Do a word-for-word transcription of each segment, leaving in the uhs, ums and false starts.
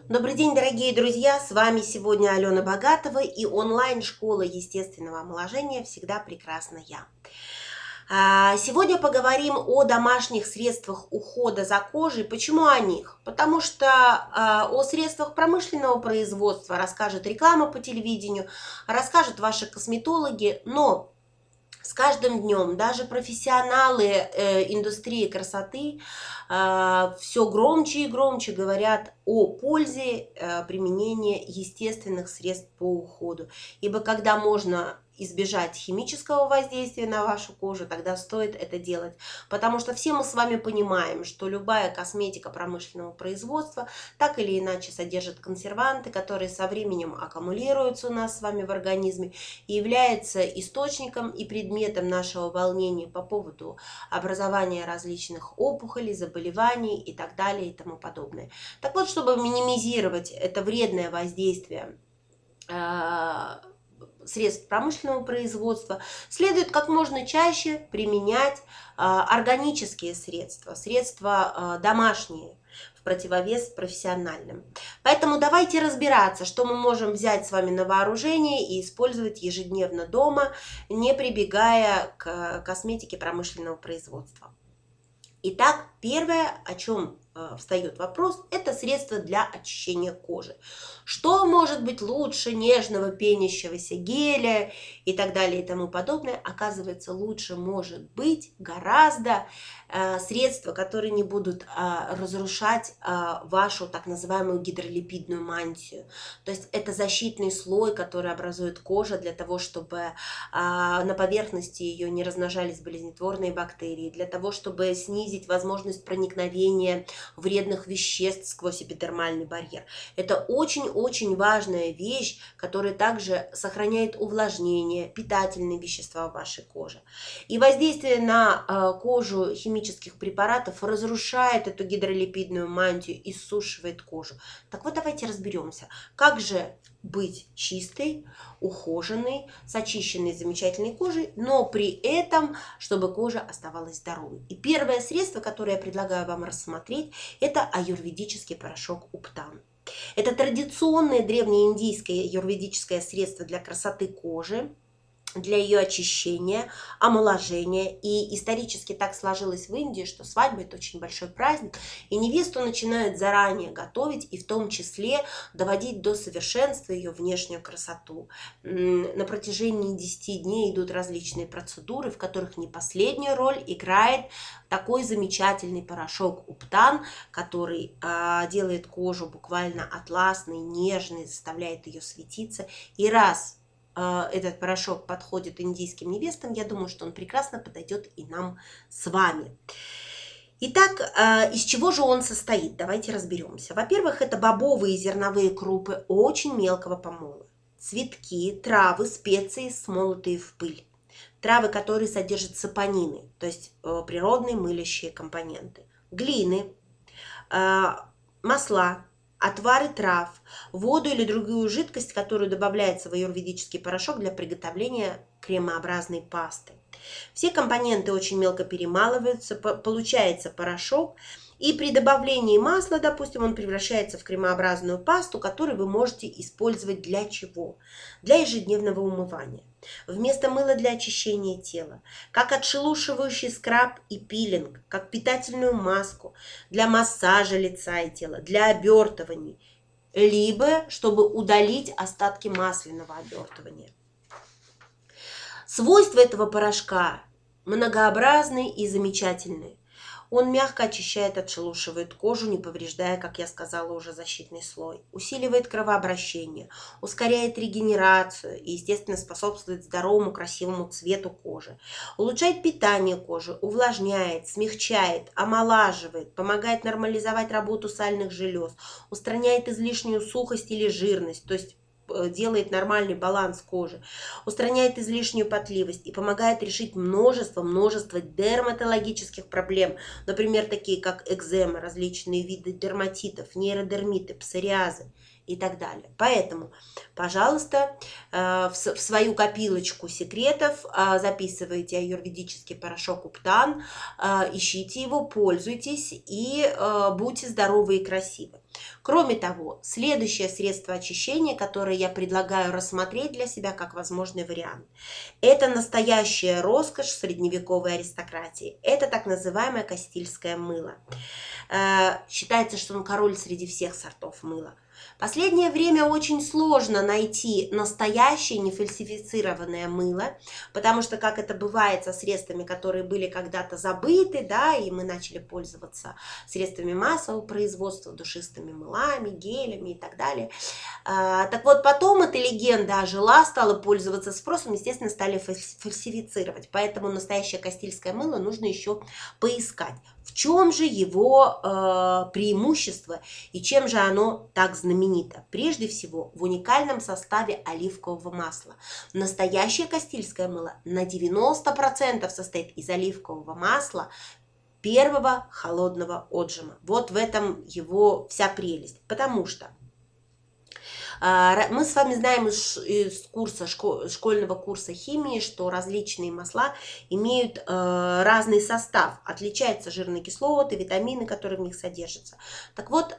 Добрый день, дорогие друзья! С вами сегодня Алена Богатова и онлайн-школа естественного омоложения «Всегда прекрасна я». Сегодня поговорим о домашних средствах ухода за кожей. Почему о них? Потому что о средствах промышленного производства расскажет реклама по телевидению, расскажут ваши косметологи, но с каждым днем даже профессионалы э, индустрии красоты э, все громче и громче говорят о пользе э, применения естественных средств по уходу. Ибо когда можно избежать химического воздействия на вашу кожу, тогда стоит это делать. Потому что все мы с вами понимаем, что любая косметика промышленного производства так или иначе содержит консерванты, которые со временем аккумулируются у нас с вами в организме и являются источником и предметом нашего волнения по поводу образования различных опухолей, заболеваний и так далее и тому подобное. Так вот, чтобы минимизировать это вредное воздействие средств промышленного производства, следует как можно чаще применять органические средства, средства домашние, в противовес профессиональным. Поэтому давайте разбираться, что мы можем взять с вами на вооружение и использовать ежедневно дома, не прибегая к косметике промышленного производства. Итак, первое, о чем э, встает вопрос, это средство для очищения кожи. Что может быть лучше нежного пенящегося геля и так далее и тому подобное? Оказывается, лучше может быть гораздо э, средства, которые не будут э, разрушать э, вашу так называемую гидролипидную мантию. То есть это защитный слой, который образует кожа для того, чтобы э, на поверхности ее не размножались болезнетворные бактерии, для того, чтобы снизить возможность проникновения вредных веществ сквозь эпидермальный барьер. Это очень-очень важная вещь, которая также сохраняет увлажнение, питательные вещества в вашей коже. И воздействие на кожу химических препаратов разрушает эту гидролипидную мантию, иссушивает кожу. Так вот, давайте разберемся, как же быть чистой, ухоженной, с очищенной замечательной кожей, но при этом, чтобы кожа оставалась здоровой. И первое средство, которое я предлагаю вам рассмотреть, это аюрведический порошок Уптан. Это традиционное древнеиндийское аюрведическое средство для красоты кожи, для ее очищения, омоложения. И исторически так сложилось в Индии, что свадьба – это очень большой праздник, и невесту начинают заранее готовить, и в том числе доводить до совершенства ее внешнюю красоту. На протяжении десяти дней идут различные процедуры, в которых не последнюю роль играет такой замечательный порошок Уптан, который а, делает кожу буквально атласной, нежной, заставляет ее светиться. И раз этот порошок подходит индийским невестам, я думаю, что он прекрасно подойдет и нам с вами. Итак, из чего же он состоит? Давайте разберемся. Во-первых, это бобовые зерновые крупы очень мелкого помола, цветки, травы, специи, смолотые в пыль, травы, которые содержат сапонины, то есть природные мылящие компоненты, глины, масла, отвары трав, воду или другую жидкость, которую добавляется в аюрведический порошок для приготовления кремообразной пасты. Все компоненты очень мелко перемалываются, получается порошок, и при добавлении масла, допустим, он превращается в кремообразную пасту, которую вы можете использовать для чего? Для ежедневного умывания. Вместо мыла для очищения тела, как отшелушивающий скраб и пилинг, как питательную маску для массажа лица и тела, для обертываний, либо чтобы удалить остатки масляного обертывания. Свойства этого порошка многообразные и замечательные. Он мягко очищает, отшелушивает кожу, не повреждая, как я сказала, уже защитный слой. Усиливает кровообращение, ускоряет регенерацию и, естественно, способствует здоровому, красивому цвету кожи. Улучшает питание кожи, увлажняет, смягчает, омолаживает, помогает нормализовать работу сальных желез, устраняет излишнюю сухость или жирность, то есть делает нормальный баланс кожи, устраняет излишнюю потливость и помогает решить множество-множество дерматологических проблем, например, такие как экзема, различные виды дерматитов, нейродермиты, псориазы и так далее. Поэтому, пожалуйста, в свою копилочку секретов записывайте аюрведический порошок Уптан, ищите его, пользуйтесь и будьте здоровы и красивы. Кроме того, следующее средство очищения, которое я предлагаю рассмотреть для себя как возможный вариант, это настоящая роскошь средневековой аристократии. Это так называемое кастильское мыло. Считается, что он король среди всех сортов мыла. Последнее время очень сложно найти настоящее нефальсифицированное мыло, потому что, как это бывает со средствами, которые были когда-то забыты, да, и мы начали пользоваться средствами массового производства, душистыми мылами, гелями и так далее. Так вот, потом эта легенда ожила, стала пользоваться спросом, естественно, стали фальсифицировать. Поэтому настоящее кастильское мыло нужно еще поискать. В чем же его э, преимущество и чем же оно так знаменито? Прежде всего, в уникальном составе оливкового масла. Настоящее кастильское мыло на девяносто процентов состоит из оливкового масла первого холодного отжима. Вот в этом его вся прелесть. Потому что мы с вами знаем из курса, школьного курса химии, что различные масла имеют разный состав. Отличаются жирные кислоты, витамины, которые в них содержатся. Так вот,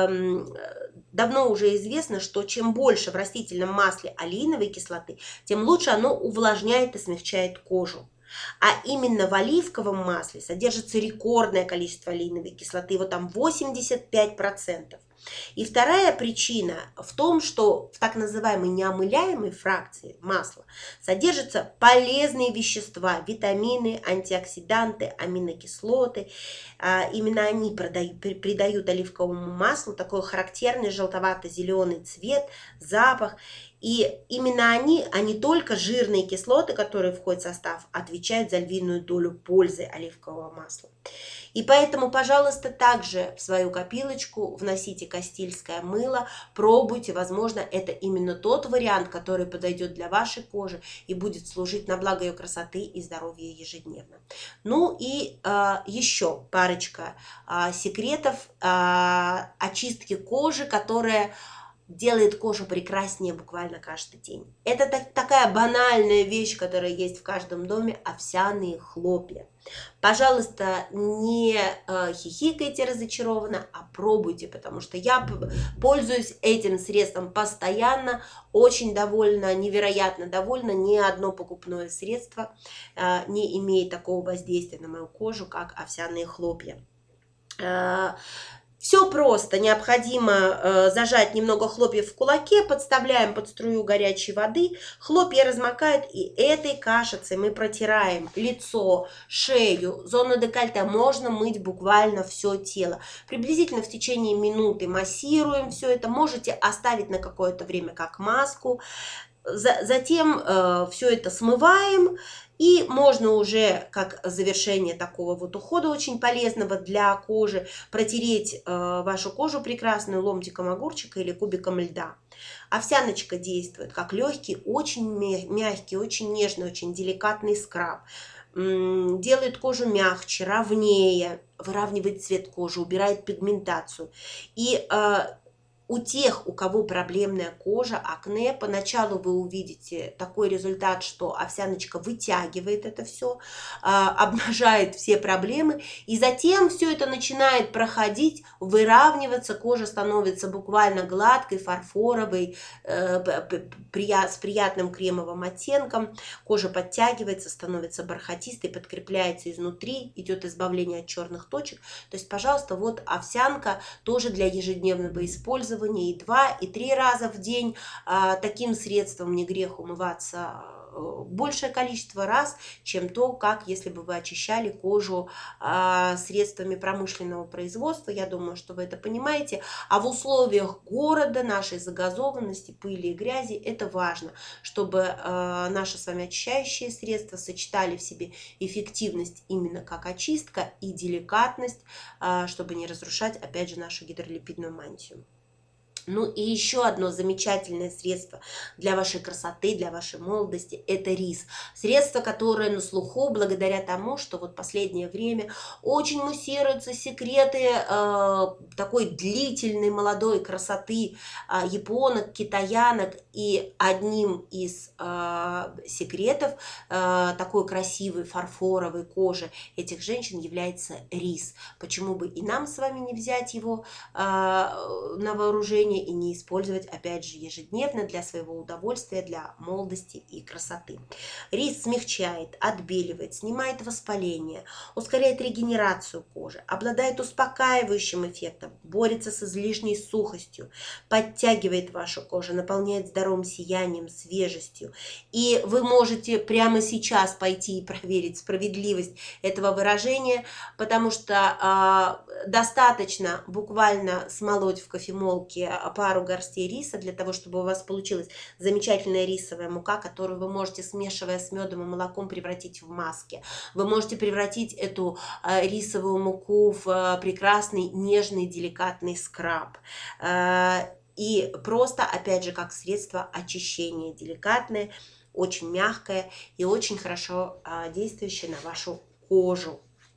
давно уже известно, что чем больше в растительном масле алииновой кислоты, тем лучше оно увлажняет и смягчает кожу. А именно в оливковом масле содержится рекордное количество алииновой кислоты, вот там восемьдесят пять процентов. И вторая причина в том, что в так называемой неомыляемой фракции масла содержатся полезные вещества, витамины, антиоксиданты, аминокислоты. Именно они придают оливковому маслу такой характерный желтовато-зеленый цвет, запах. И именно они, а не только жирные кислоты, которые входят в состав, отвечают за львиную долю пользы оливкового масла. И поэтому, пожалуйста, также в свою копилочку вносите кастильское мыло, пробуйте, возможно, это именно тот вариант, который подойдет для вашей кожи и будет служить на благо ее красоты и здоровья ежедневно. Ну и э, еще парочка э, секретов э, очистки кожи, которая делает кожу прекраснее буквально каждый день. Это так, такая банальная вещь, которая есть в каждом доме – овсяные хлопья. Пожалуйста, не э, хихикайте разочарованно, а пробуйте, потому что я пользуюсь этим средством постоянно, очень довольна, невероятно довольна. Ни одно покупное средство э, не имеет такого воздействия на мою кожу, как овсяные хлопья. Э, Все просто. Необходимо э, зажать немного хлопьев в кулаке, подставляем под струю горячей воды, хлопья размокают, и этой кашицей мы протираем лицо, шею, зону декольте. Можно мыть буквально все тело. Приблизительно в течение минуты массируем все это. Можете оставить на какое-то время как маску. Затем э, все это смываем. И можно уже, как завершение такого вот ухода очень полезного для кожи, протереть э, вашу кожу прекрасную ломтиком огурчика или кубиком льда. Овсяночка действует как легкий, очень мягкий, очень нежный, очень деликатный скраб. Делает кожу мягче, ровнее, выравнивает цвет кожи, убирает пигментацию. И э, у тех, у кого проблемная кожа, акне, поначалу вы увидите такой результат, что овсяночка вытягивает это все, обнажает все проблемы, и затем все это начинает проходить, выравниваться, кожа становится буквально гладкой, фарфоровой, с приятным кремовым оттенком, кожа подтягивается, становится бархатистой, подкрепляется изнутри, идет избавление от черных точек. То есть, пожалуйста, вот овсянка тоже для ежедневного использования, и два, и три раза в день. Таким средством не грех умываться большее количество раз, чем то, как если бы вы очищали кожу средствами промышленного производства. Я думаю, что вы это понимаете. А в условиях города, нашей загазованности, пыли и грязи, это важно, чтобы наши с вами очищающие средства сочетали в себе эффективность именно как очистка и деликатность, чтобы не разрушать, опять же, нашу гидролипидную мантию. Ну и еще одно замечательное средство для вашей красоты, для вашей молодости – это рис. Средство, которое на слуху благодаря тому, что вот последнее время очень муссируются секреты э, такой длительной молодой красоты э, японок, китаянок. И одним из э, секретов э, такой красивой фарфоровой кожи этих женщин является рис. Почему бы и нам с вами не взять его э, на вооружение и не использовать, опять же, ежедневно для своего удовольствия, для молодости и красоты. Рис смягчает, отбеливает, снимает воспаление, ускоряет регенерацию кожи, обладает успокаивающим эффектом, борется с излишней сухостью, подтягивает вашу кожу, наполняет здоровым сиянием, свежестью. И вы можете прямо сейчас пойти и проверить справедливость этого выражения, потому что э, достаточно буквально смолоть в кофемолке пару горстей риса для того, чтобы у вас получилась замечательная рисовая мука, которую вы можете, смешивая с медом и молоком, превратить в маски. Вы можете превратить эту э, рисовую муку в э, прекрасный, нежный, деликатный скраб. Э, и просто, опять же, как средство очищения, деликатное, очень мягкое и очень хорошо э, действующее на вашу кожу.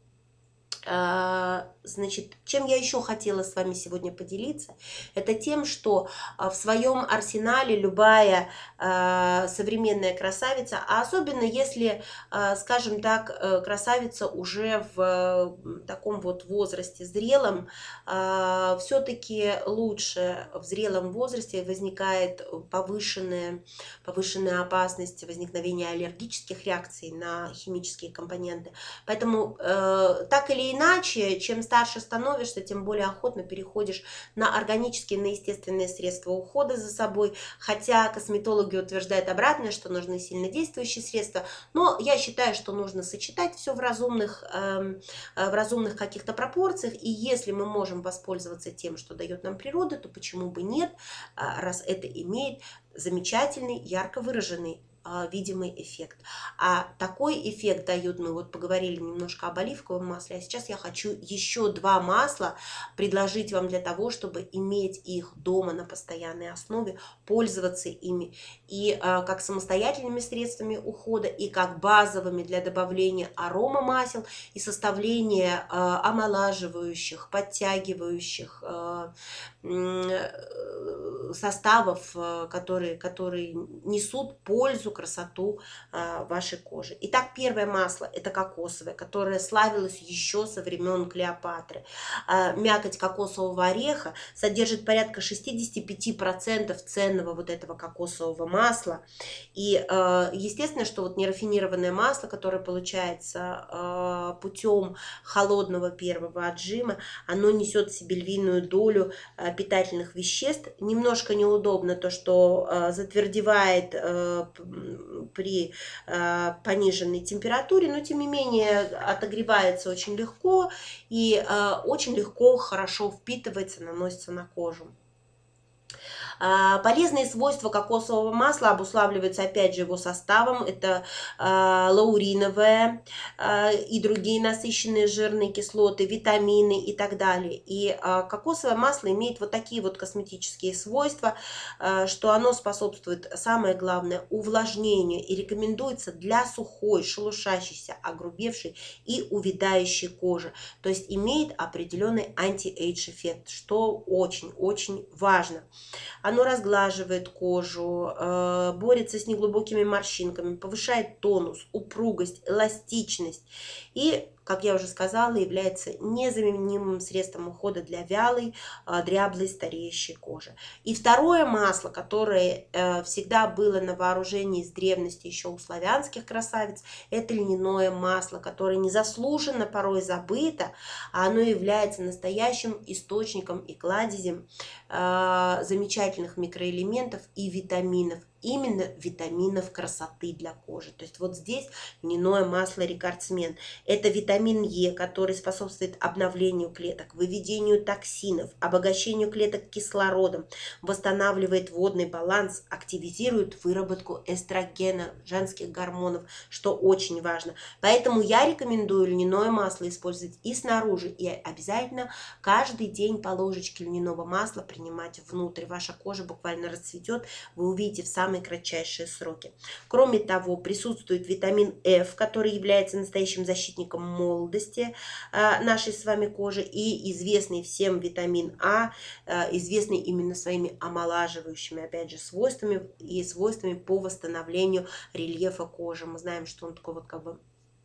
Значит, чем я еще хотела с вами сегодня поделиться, это тем, что в своем арсенале любая современная красавица, а особенно если, скажем так, красавица уже в таком вот возрасте зрелом, все-таки лучше в зрелом возрасте возникает повышенная, повышенная опасность возникновения аллергических реакций на химические компоненты. Поэтому так или иначе, чем старше становишься, тем более охотно переходишь на органические, на естественные средства ухода за собой. Хотя косметологи утверждают обратное, что нужны сильнодействующие средства. Но я считаю, что нужно сочетать все в разумных, э, в разумных каких-то пропорциях. И если мы можем воспользоваться тем, что дает нам природа, то почему бы нет, раз это имеет замечательный, ярко выраженный видимый эффект. А такой эффект дают, мы вот поговорили немножко об оливковом масле, а сейчас я хочу еще два масла предложить вам для того, чтобы иметь их дома на постоянной основе, пользоваться ими и а, как самостоятельными средствами ухода, и как базовыми для добавления арома масел и составления а, омолаживающих, подтягивающих а, составов, которые, которые несут пользу, красоту а, вашей кожи. Итак, первое масло – это кокосовое, которое славилось еще со времен Клеопатры. А, мякоть кокосового ореха содержит порядка шестьдесят пять процентов ценного вот этого кокосового масла. И а, естественно, что вот нерафинированное масло, которое получается а, путем холодного первого отжима, оно несет в себе львиную долю а, питательных веществ. Немножко неудобно то, что а, затвердевает а, при э, пониженной температуре, но тем не менее отогревается очень легко и э, очень легко, хорошо впитывается, наносится на кожу. Полезные свойства кокосового масла обуславливаются опять же его составом. Это лауриновое и другие насыщенные жирные кислоты, витамины и так далее. И кокосовое масло имеет вот такие вот косметические свойства, что оно способствует, самое главное, увлажнению и рекомендуется для сухой, шелушащейся, огрубевшей и увядающей кожи. То есть имеет определенный анти-эйдж эффект, что очень-очень важно. Оно разглаживает кожу, борется с неглубокими морщинками, повышает тонус, упругость, эластичность и, как я уже сказала, является незаменимым средством ухода для вялой, дряблой, стареющей кожи. И второе масло, которое всегда было на вооружении с древности еще у славянских красавиц, это льняное масло, которое незаслуженно порой забыто, а оно является настоящим источником и кладезем замечательных микроэлементов и витаминов. именно витаминов красоты для кожи. То есть вот здесь льняное масло рекордсмен. Это витамин Е, который способствует обновлению клеток, выведению токсинов, обогащению клеток кислородом, восстанавливает водный баланс, активизирует выработку эстрогена, женских гормонов, что очень важно. Поэтому я рекомендую льняное масло использовать и снаружи, и обязательно каждый день по ложечке льняного масла принимать внутрь. Ваша кожа буквально расцветет, вы увидите в самом самые кратчайшие сроки. Кроме того, присутствует витамин F, который является настоящим защитником молодости э, нашей с вами кожи, и известный всем витамин А, э, известный именно своими омолаживающими, опять же, свойствами и свойствами по восстановлению рельефа кожи. Мы знаем, что он такой вот как бы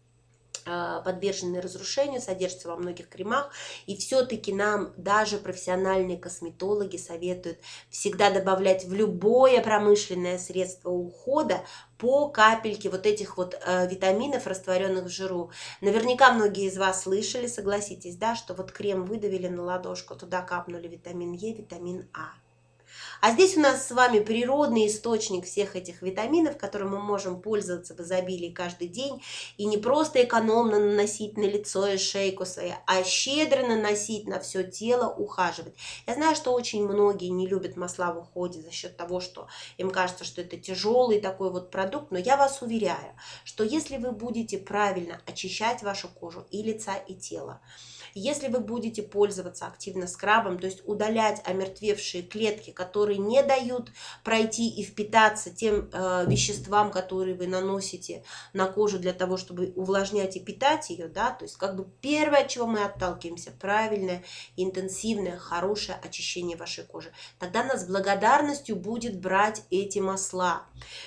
подверженный разрушению, содержится во многих кремах, и все-таки нам даже профессиональные косметологи советуют всегда добавлять в любое промышленное средство ухода по капельке вот этих вот э, витаминов, растворенных в жиру. Наверняка многие из вас слышали, согласитесь, да, что вот крем выдавили на ладошку, туда капнули витамин Е, витамин А. А здесь у нас с вами природный источник всех этих витаминов, которым мы можем пользоваться в изобилии каждый день. И не просто экономно наносить на лицо и шейку свои, а щедро наносить на все тело, ухаживать. Я знаю, что очень многие не любят масла в уходе за счет того, что им кажется, что это тяжелый такой вот продукт. Но я вас уверяю, что если вы будете правильно очищать вашу кожу и лица, и тела, если вы будете пользоваться активно скрабом, то есть удалять омертвевшие клетки, которые не дают пройти и впитаться тем э, веществам, которые вы наносите на кожу для того, чтобы увлажнять и питать ее, да, то есть как бы первое, от чего мы отталкиваемся, правильное, интенсивное, хорошее очищение вашей кожи. Тогда нас с благодарностью будет брать эти масла.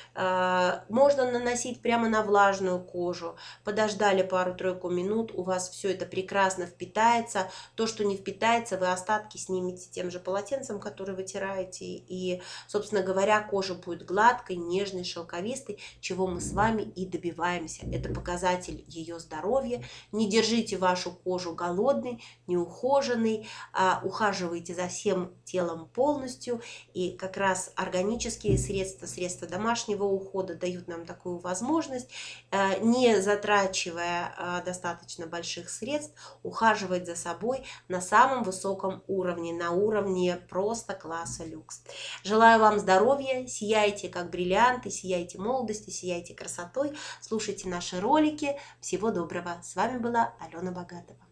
Э, можно наносить прямо на влажную кожу, подождали пару-тройку минут, у вас все это прекрасно впитается. То, что не впитается, вы остатки снимете тем же полотенцем, который вытираете, и, собственно говоря, кожа будет гладкой, нежной, шелковистой, чего мы с вами и добиваемся. Это показатель ее здоровья. Не держите вашу кожу голодной, неухоженной, а ухаживайте за всем телом полностью, и как раз органические средства, средства домашнего ухода дают нам такую возможность, не затрачивая достаточно больших средств, ухаживать за собой на самом высоком уровне, на уровне просто класса люкс. Желаю вам здоровья, сияйте как бриллианты, сияйте молодостью, сияйте красотой, слушайте наши ролики. Всего доброго. С вами была Алена Богатова.